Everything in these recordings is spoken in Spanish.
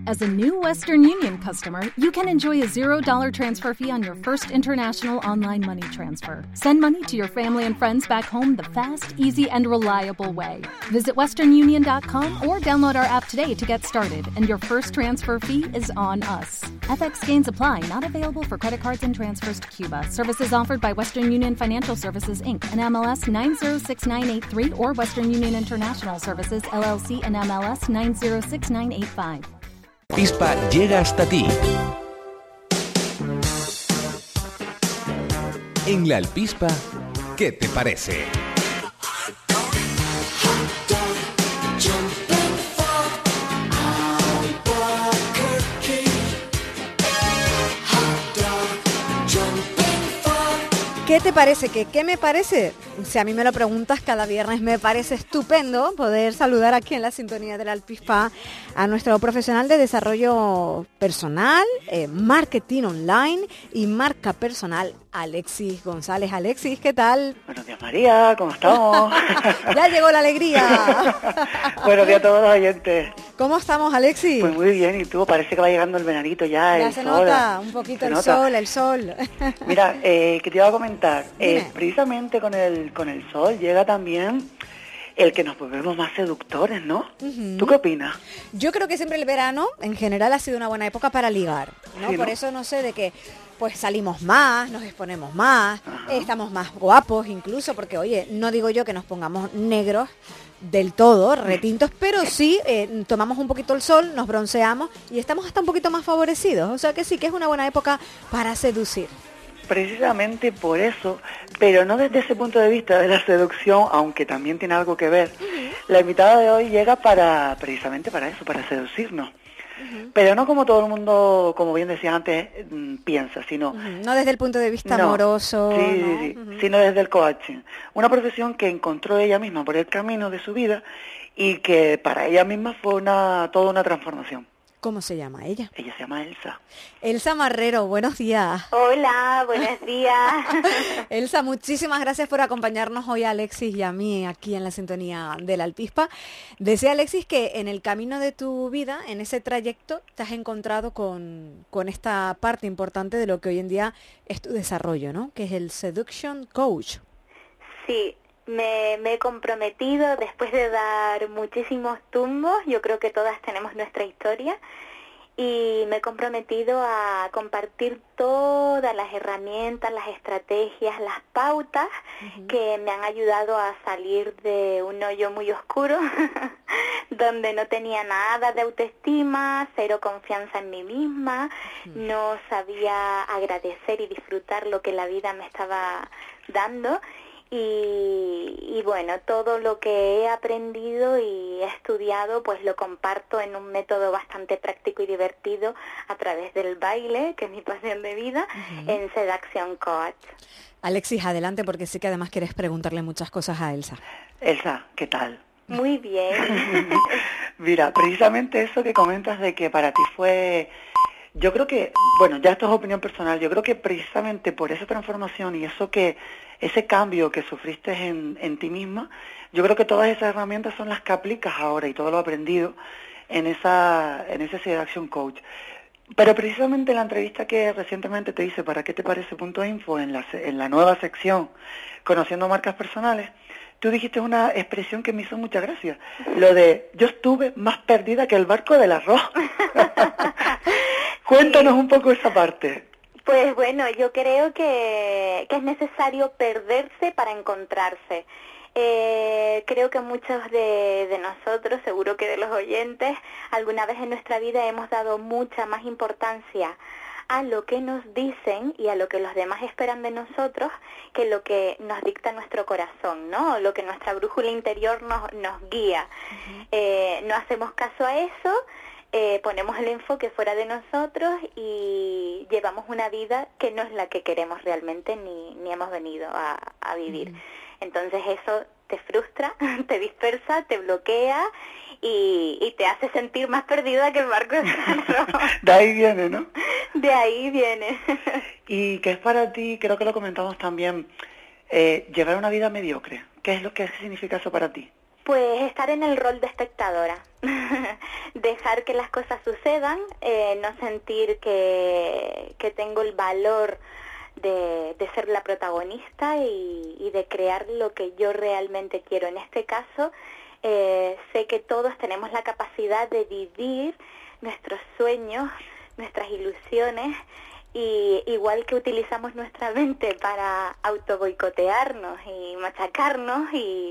As a new Western Union customer, you can enjoy a $0 transfer fee on your first international online money transfer. Send money to your family and friends back home the fast, easy, and reliable way. Visit westernunion.com or download our app today to get started, and your first transfer fee is on us. FX gains apply, not available for credit cards and transfers to Cuba. Services offered by Western Union Financial Services, Inc., and MLS 906983, or Western Union International Services, LLC, and MLS 906985. Pispa llega hasta ti. En la Alpispa, ¿qué te parece? ¿Qué te parece? ¿Qué me parece? Si a mí me lo preguntas cada viernes, me parece estupendo poder saludar aquí en la sintonía del Alpispa a nuestro profesional de desarrollo personal, marketing online y marca personal, Alexis González. Alexis, ¿qué tal? Buenos días, María, ¿cómo estamos? Ya llegó la alegría. Buenos días a todos los oyentes. ¿Cómo estamos, Alexis? Pues muy bien, ¿y tú? Parece que va llegando el veranito ya, ya el se sol. nota un poquito el sol. Mira, que te iba a comentar, precisamente con el sol llega también el que nos volvemos más seductores, ¿no? Uh-huh. ¿Tú qué opinas? Yo creo que siempre el verano, en general, ha sido una buena época para ligar, ¿no? Sí, ¿no? Por eso no sé de qué, pues salimos más, nos exponemos más, estamos más guapos incluso, porque oye, no digo yo que nos pongamos negros del todo, retintos, pero sí tomamos un poquito el sol, nos bronceamos y estamos hasta un poquito más favorecidos. O sea que sí, que es una buena época para seducir. Precisamente por eso, pero no desde ese punto de vista de la seducción, aunque también tiene algo que ver. Uh-huh. La invitada de hoy llega precisamente para eso, para seducirnos. Uh-huh. Pero no como todo el mundo, como bien decía antes, piensa, sino... Uh-huh. No desde el punto de vista amoroso. Sí, ¿no? Uh-huh. Sino desde el coaching. Una profesión que encontró ella misma por el camino de su vida y que para ella misma fue toda una transformación. ¿Cómo se llama ella? Ella se llama Elsa. Elsa Marrero, buenos días. Hola, buenos días. Elsa, muchísimas gracias por acompañarnos hoy a Alexis y a mí aquí en la sintonía del Alpispa. Decía Alexis que en el camino de tu vida, en ese trayecto, te has encontrado con esta parte importante de lo que hoy en día es tu desarrollo, ¿no? Que es el Seduction Coach. Sí. Me he comprometido después de dar muchísimos tumbos, yo creo que todas tenemos nuestra historia, y me he comprometido a compartir todas las herramientas, las estrategias, las pautas que me han ayudado a salir de un hoyo muy oscuro, donde no tenía nada de autoestima, cero confianza en mí misma, no sabía agradecer y disfrutar lo que la vida me estaba dando. Y bueno, todo lo que he aprendido y he estudiado, pues lo comparto en un método bastante práctico y divertido a través del baile, que es mi pasión de vida, en Seduction Coach. Alexis, adelante, porque sé que además quieres preguntarle muchas cosas a Elsa. Elsa, ¿qué tal? Muy bien. Mira, precisamente eso que comentas de que para ti fue... Yo creo que, bueno, ya esto es opinión personal, yo creo que precisamente por esa transformación y ese cambio que sufriste en ti misma, yo creo que todas esas herramientas son las que aplicas ahora y todo lo aprendido en ese Seduction Coach. Pero precisamente en la entrevista que recientemente te hice para ¿Qué te parece? .info en la nueva sección Conociendo Marcas Personales, tú dijiste una expresión que me hizo mucha gracia, lo de yo estuve más perdida que el barco del arroz. Cuéntanos un poco esa parte. Pues bueno, yo creo que es necesario perderse para encontrarse. Creo que muchos de nosotros, seguro que de los oyentes, alguna vez en nuestra vida hemos dado mucha más importancia a lo que nos dicen y a lo que los demás esperan de nosotros que lo que nos dicta nuestro corazón, ¿no? Lo que nuestra brújula interior nos guía. No hacemos caso a eso. Ponemos el enfoque fuera de nosotros y llevamos una vida que no es la que queremos realmente ni hemos venido a vivir. Entonces eso te frustra, te dispersa, te bloquea y te hace sentir más perdida que el barco de arroz. De ahí viene, ¿no? De ahí viene. Y que es para ti, creo que lo comentamos también, llevar una vida mediocre. ¿Qué significa eso para ti? Pues estar en el rol de espectadora, dejar que las cosas sucedan, no sentir que tengo el valor de ser la protagonista y de crear lo que yo realmente quiero. En este caso, sé que todos tenemos la capacidad de vivir nuestros sueños, nuestras ilusiones, y igual que utilizamos nuestra mente para autoboicotearnos y machacarnos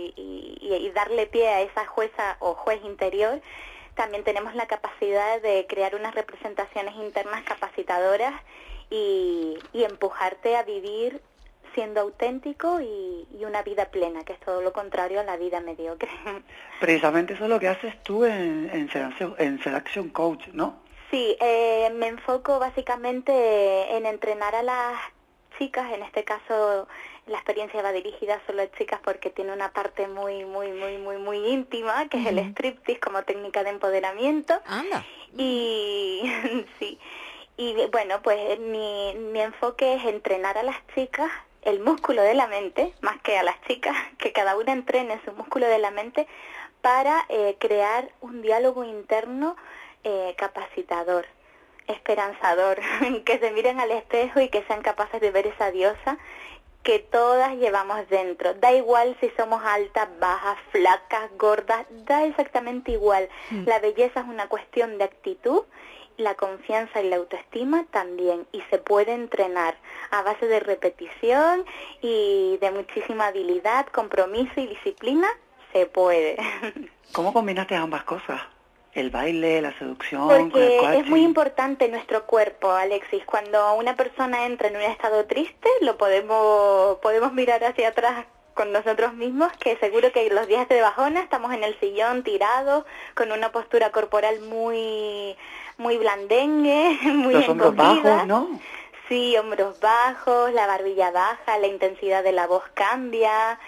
y darle pie a esa jueza o juez interior, también tenemos la capacidad de crear unas representaciones internas capacitadoras y empujarte a vivir siendo auténtico y una vida plena, que es todo lo contrario a la vida mediocre. Precisamente eso es lo que haces tú en Selection Coach, ¿no? Sí, me enfoco básicamente en entrenar a las chicas. En este caso la experiencia va dirigida solo a chicas porque tiene una parte muy íntima, que es el striptease como técnica de empoderamiento. Anda. Y sí, y bueno, pues mi enfoque es entrenar a las chicas el músculo de la mente, más que a las chicas, que cada una entrene su músculo de la mente para crear un diálogo interno capacitador, esperanzador, que se miren al espejo y que sean capaces de ver esa diosa que todas llevamos dentro. Da igual si somos altas, bajas, flacas, gordas, da exactamente igual. La belleza es una cuestión de actitud, la confianza y la autoestima también, y se puede entrenar a base de repetición y de muchísima habilidad, compromiso y disciplina, se puede. ¿Cómo combinaste ambas cosas? El baile, la seducción, porque el coaching. Es muy importante nuestro cuerpo, Alexis. Cuando una persona entra en un estado triste, lo podemos mirar hacia atrás con nosotros mismos, que seguro que los días de bajona estamos en el sillón tirados, con una postura corporal muy blandengue, muy los hombros bajos, ¿no? Sí, hombros bajos, la barbilla baja, la intensidad de la voz cambia,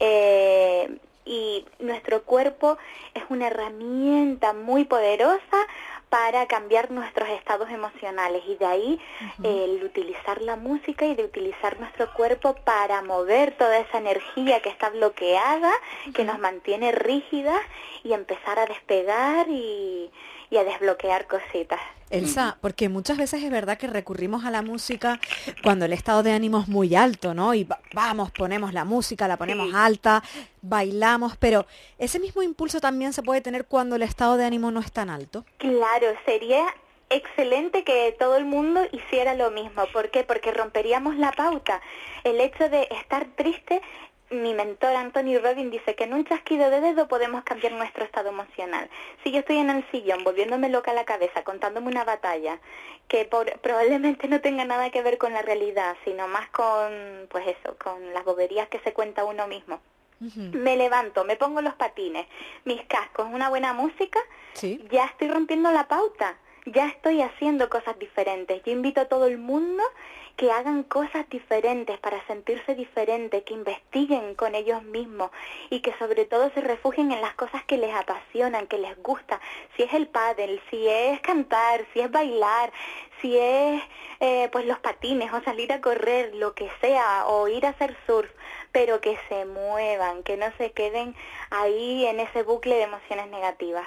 y nuestro cuerpo es una herramienta muy poderosa para cambiar nuestros estados emocionales, y de ahí el utilizar la música y de utilizar nuestro cuerpo para mover toda esa energía que está bloqueada, que nos mantiene rígidas, y empezar a despegar y a desbloquear cositas. Elsa, porque muchas veces es verdad que recurrimos a la música cuando el estado de ánimo es muy alto, ¿no? Y vamos, ponemos la música, la ponemos alta, bailamos, pero ese mismo impulso también se puede tener cuando el estado de ánimo no es tan alto. Claro, sería excelente que todo el mundo hiciera lo mismo. ¿Por qué? Porque romperíamos la pauta. El hecho de estar triste, mi mentor Anthony Robbins dice que en un chasquido de dedo podemos cambiar nuestro estado emocional. Si yo estoy en el sillón volviéndome loca la cabeza, contándome una batalla que probablemente no tenga nada que ver con la realidad, sino más con, pues eso, con las boberías que se cuenta uno mismo. Me levanto, me pongo los patines, mis cascos, una buena música, ya estoy rompiendo la pauta, ya estoy haciendo cosas diferentes. Yo invito a todo el mundo que hagan cosas diferentes para sentirse diferentes, que investiguen con ellos mismos y que sobre todo se refugien en las cosas que les apasionan, que les gusta. Si es el pádel, si es cantar, si es bailar, si es pues los patines o salir a correr, lo que sea, o ir a hacer surf, pero que se muevan, que no se queden ahí en ese bucle de emociones negativas.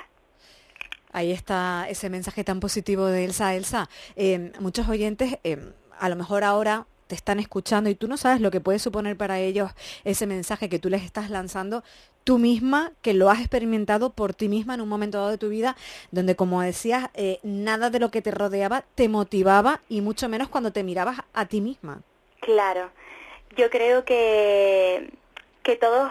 Ahí está ese mensaje tan positivo de Elsa. Elsa, muchos oyentes a lo mejor ahora te están escuchando y tú no sabes lo que puede suponer para ellos ese mensaje que tú les estás lanzando tú misma, que lo has experimentado por ti misma en un momento dado de tu vida, donde, como decías, nada de lo que te rodeaba te motivaba, y mucho menos cuando te mirabas a ti misma. Claro, yo creo que todos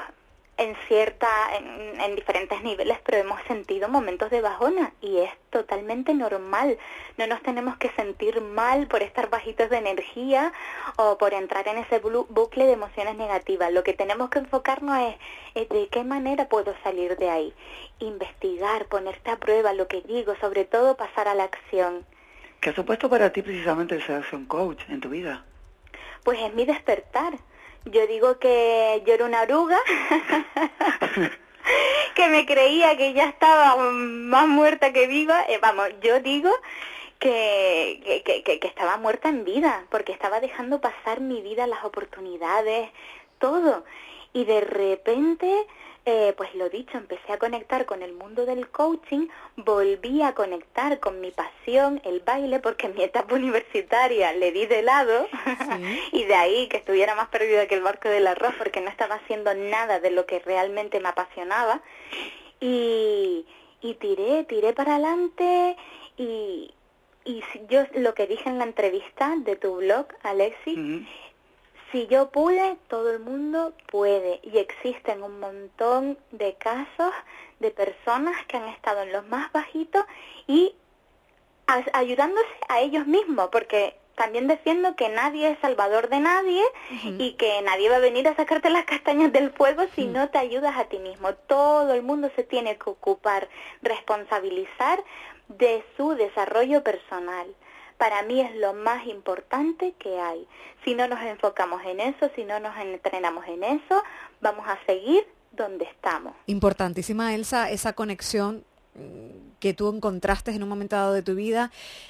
en diferentes niveles, pero hemos sentido momentos de bajona, y es totalmente normal. No nos tenemos que sentir mal por estar bajitos de energía o por entrar en ese bucle de emociones negativas. Lo que tenemos que enfocarnos es de qué manera puedo salir de ahí, investigar, ponerte a prueba lo que digo, sobre todo pasar a la acción. ¿Qué ha supuesto para ti precisamente el Selection Coach en tu vida? Pues es mi despertar. Yo digo que yo era una oruga, que me creía que ya estaba más muerta que viva. Yo digo que estaba muerta en vida, porque estaba dejando pasar mi vida, las oportunidades, todo. Y de repente pues lo dicho, empecé a conectar con el mundo del coaching, volví a conectar con mi pasión, el baile, porque en mi etapa universitaria le di de lado, sí. Y de ahí que estuviera más perdida que el barco del arroz, porque no estaba haciendo nada de lo que realmente me apasionaba, y tiré para adelante, y yo lo que dije en la entrevista de tu blog, Alexis, uh-huh. Si yo pude, todo el mundo puede. Y existen un montón de casos de personas que han estado en los más bajitos y ayudándose a ellos mismos, porque también defiendo que nadie es salvador de nadie, uh-huh. Y que nadie va a venir a sacarte las castañas del fuego si no te ayudas a ti mismo. Todo el mundo se tiene que ocupar, responsabilizar de su desarrollo personal. Para mí es lo más importante que hay. Si no nos enfocamos en eso, si no nos entrenamos en eso, vamos a seguir donde estamos. Importantísima, Elsa, esa conexión que tú encontraste en un momento dado de tu vida,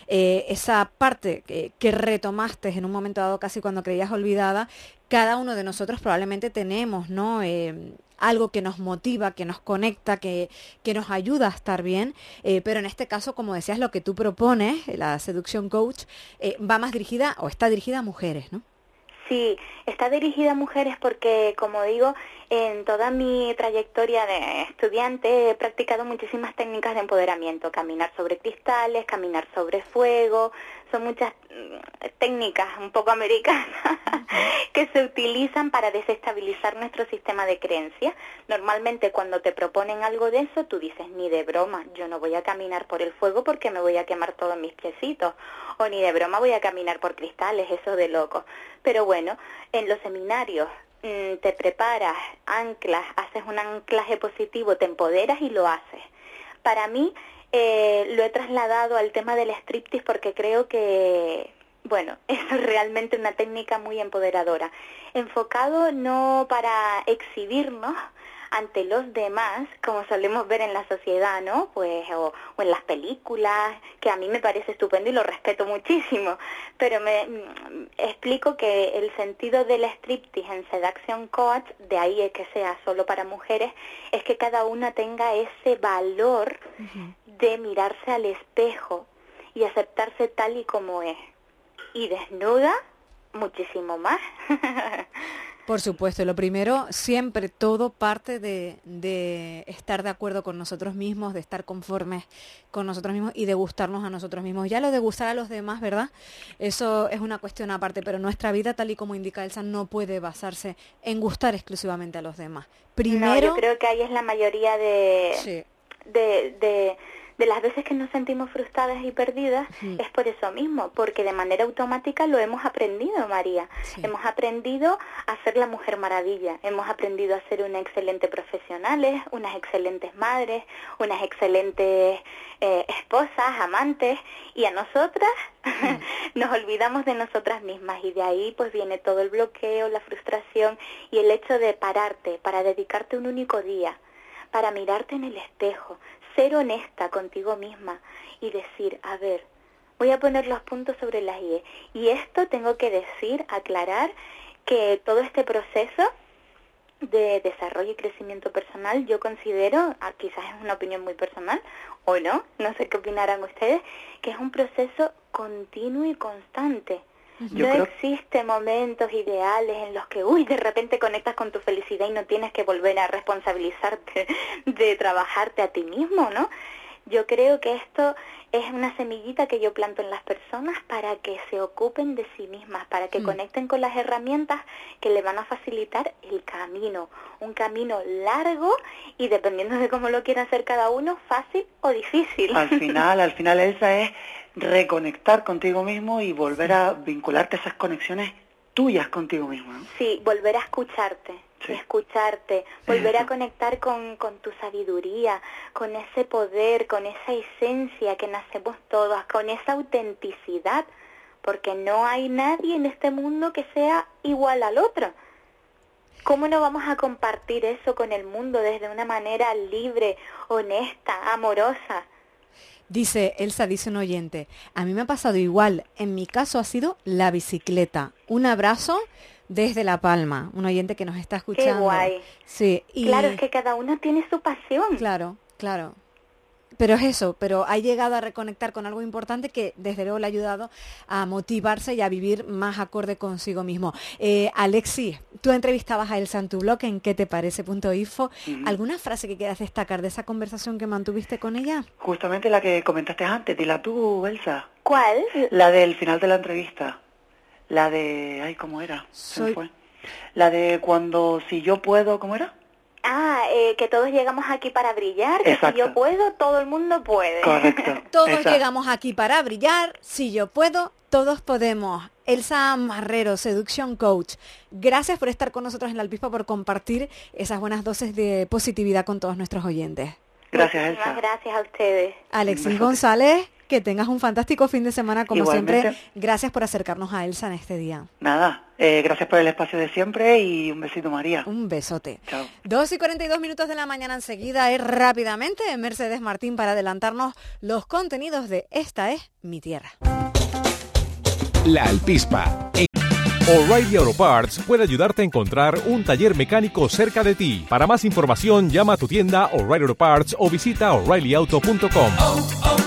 esa parte que retomaste en un momento dado casi cuando creías olvidada. Cada uno de nosotros probablemente tenemos, ¿no?, algo que nos motiva, que nos conecta, que nos ayuda a estar bien, pero en este caso, como decías, lo que tú propones, la Seduction Coach, va más dirigida o está dirigida a mujeres, ¿no? Sí, está dirigida a mujeres porque, como digo, en toda mi trayectoria de estudiante he practicado muchísimas técnicas de empoderamiento, caminar sobre cristales, caminar sobre fuego, son muchas técnicas un poco americanas que se utilizan para desestabilizar nuestro sistema de creencias. Normalmente cuando te proponen algo de eso, tú dices, ni de broma, yo no voy a caminar por el fuego porque me voy a quemar todos mis piecitos, o ni de broma voy a caminar por cristales, eso de loco. Pero bueno, en los seminarios te preparas, anclas, haces un anclaje positivo, te empoderas y lo haces. Para mí lo he trasladado al tema del striptease porque creo que, bueno, es realmente una técnica muy empoderadora. Enfocado no para exhibirnos ante los demás, como solemos ver en la sociedad, ¿no? Pues, o en las películas, que a mí me parece estupendo y lo respeto muchísimo, pero me explico que el sentido del striptease en Seduction Coach, de ahí es que sea solo para mujeres, es que cada una tenga ese valor uh-huh. de mirarse al espejo y aceptarse tal y como es. Y desnuda, muchísimo más. Por supuesto, lo primero, siempre todo parte de estar de acuerdo con nosotros mismos, de estar conformes con nosotros mismos y de gustarnos a nosotros mismos. Ya lo de gustar a los demás, ¿verdad? Eso es una cuestión aparte, pero nuestra vida, tal y como indica Elsa, no puede basarse en gustar exclusivamente a los demás. Primero, no, yo creo que ahí es la mayoría de las veces que nos sentimos frustradas y perdidas, sí. Es por eso mismo, porque de manera automática lo hemos aprendido, María. Sí. Hemos aprendido a ser la Mujer Maravilla, hemos aprendido a ser unas excelentes profesionales, unas excelentes madres, unas excelentes esposas, amantes, y a nosotras nos olvidamos de nosotras mismas, y de ahí pues viene todo el bloqueo, la frustración y el hecho de pararte, para dedicarte un único día, para mirarte en el espejo, ser honesta contigo misma y decir, a ver, voy a poner los puntos sobre las IE. Y esto tengo que decir, aclarar, que todo este proceso de desarrollo y crecimiento personal, yo considero, quizás es una opinión muy personal, o no sé qué opinarán ustedes, que es un proceso continuo y constante. No existe momentos ideales en los que, de repente conectas con tu felicidad y no tienes que volver a responsabilizarte de trabajarte a ti mismo, ¿no? Yo creo que esto es una semillita que yo planto en las personas para que se ocupen de sí mismas, para que conecten con las herramientas que le van a facilitar el camino. Un camino largo y, dependiendo de cómo lo quiera hacer cada uno, fácil o difícil. Al final, Elsa, es reconectar contigo mismo y volver a vincularte a esas conexiones tuyas contigo mismo, ¿no? Sí, volver a escucharte. Sí. Escucharte, volver a conectar con tu sabiduría, con ese poder, con esa esencia que nacemos todas, con esa autenticidad, porque no hay nadie en este mundo que sea igual al otro. ¿Cómo no vamos a compartir eso con el mundo desde una manera libre, honesta, amorosa? Dice Elsa, dice un oyente, a mí me ha pasado igual, en mi caso ha sido la bicicleta, un abrazo desde La Palma, un oyente que nos está escuchando. Qué guay. Sí, y Claro, es que cada uno tiene su pasión. claro. Pero es eso, pero ha llegado a reconectar con algo importante que desde luego le ha ayudado a motivarse y a vivir más acorde consigo mismo. Alexis, tú entrevistabas a Elsa en tu blog en queteparece.info. ¿Alguna frase que quieras destacar de esa conversación que mantuviste con ella? Justamente la que comentaste antes, dila tú, Elsa. ¿Cuál? La del final de la entrevista. La de... Ay, ¿cómo era? Se me fue. La de cuando, si yo puedo, ¿cómo era? Que todos llegamos aquí para brillar, que Exacto. si yo puedo, todo el mundo puede. Correcto. Todos Esa. llegamos aquí para brillar, si yo puedo, todos podemos. Elsa Marrero, Seduction Coach, gracias por estar con nosotros en La Alpispa, por compartir esas buenas dosis de positividad con todos nuestros oyentes. Gracias, Muchísimas Elsa. gracias a ustedes. Alexis besote. González, que tengas un fantástico fin de semana como Igualmente. siempre. Gracias por acercarnos a Elsa en este día. Nada, gracias por el espacio de siempre y un besito, María. Un besote. Chao. 2:42 de la mañana enseguida es rápidamente Mercedes Martín para adelantarnos los contenidos de Esta es mi tierra. La Alpispa. O'Reilly Auto Parts puede ayudarte a encontrar un taller mecánico cerca de ti. Para más información, llama a tu tienda O'Reilly Auto Parts o visita O'ReillyAuto.com.